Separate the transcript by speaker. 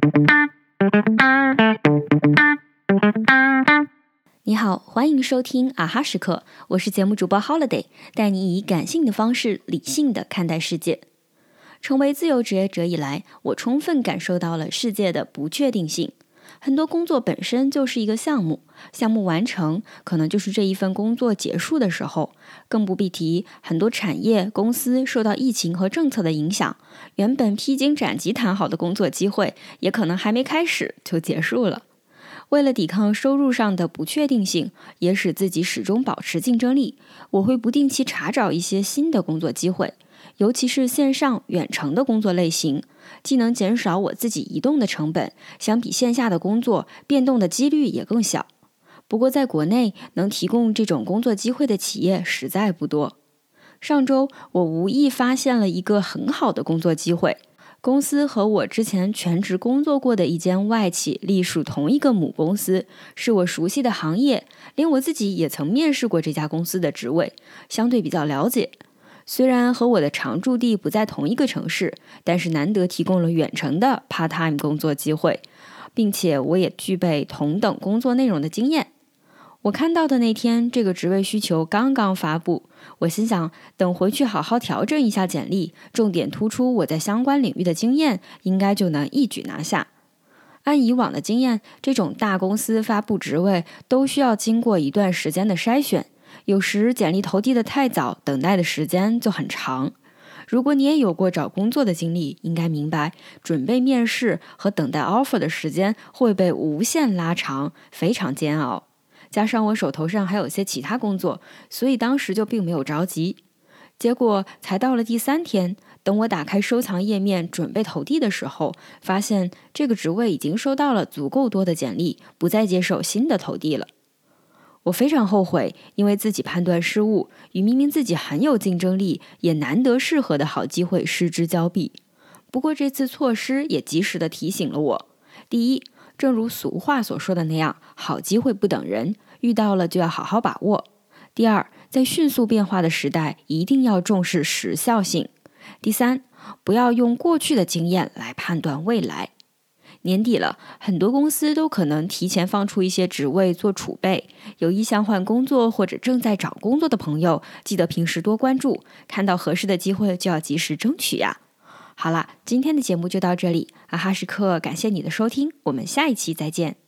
Speaker 1: 你好，欢迎收听啊哈时刻，我是节目主播 Holiday， 带你以感性的方式理性的看待世界。成为自由职业者以来，我充分感受到了世界的不确定性。很多工作本身就是一个项目，项目完成可能就是这一份工作结束的时候，更不必提很多产业公司受到疫情和政策的影响，原本披荆斩棘谈好的工作机会也可能还没开始就结束了。为了抵抗收入上的不确定性，也使自己始终保持竞争力，我会不定期查找一些新的工作机会，尤其是线上远程的工作类型，既能减少我自己移动的成本，相比线下的工作，变动的几率也更小。不过在国内能提供这种工作机会的企业实在不多。上周我无意发现了一个很好的工作机会，公司和我之前全职工作过的一间外企隶属同一个母公司，是我熟悉的行业，连我自己也曾面试过这家公司的职位，相对比较了解。虽然和我的常驻地不在同一个城市，但是难得提供了远程的 part-time 工作机会，并且我也具备同等工作内容的经验。我看到的那天，这个职位需求刚刚发布，我心想，等回去好好调整一下简历，重点突出我在相关领域的经验，应该就能一举拿下。按以往的经验，这种大公司发布职位都需要经过一段时间的筛选，有时简历投递的太早，等待的时间就很长。如果你也有过找工作的经历，应该明白，准备面试和等待 offer 的时间会被无限拉长，非常煎熬。加上我手头上还有些其他工作，所以当时就并没有着急。结果才到了第3天，等我打开收藏页面准备投递的时候，发现这个职位已经收到了足够多的简历，不再接受新的投递了。我非常后悔，因为自己判断失误，与明明自己很有竞争力，也难得适合的好机会失之交臂。不过这次错失也及时地提醒了我：第一，正如俗话所说的那样，好机会不等人，遇到了就要好好把握。第二，在迅速变化的时代，一定要重视时效性。第三，不要用过去的经验来判断未来。年底了，很多公司都可能提前放出一些职位做储备，有意向换工作或者正在找工作的朋友，记得平时多关注，看到合适的机会就要及时争取呀。好啦，今天的节目就到这里，啊哈时刻感谢你的收听，我们下一期再见。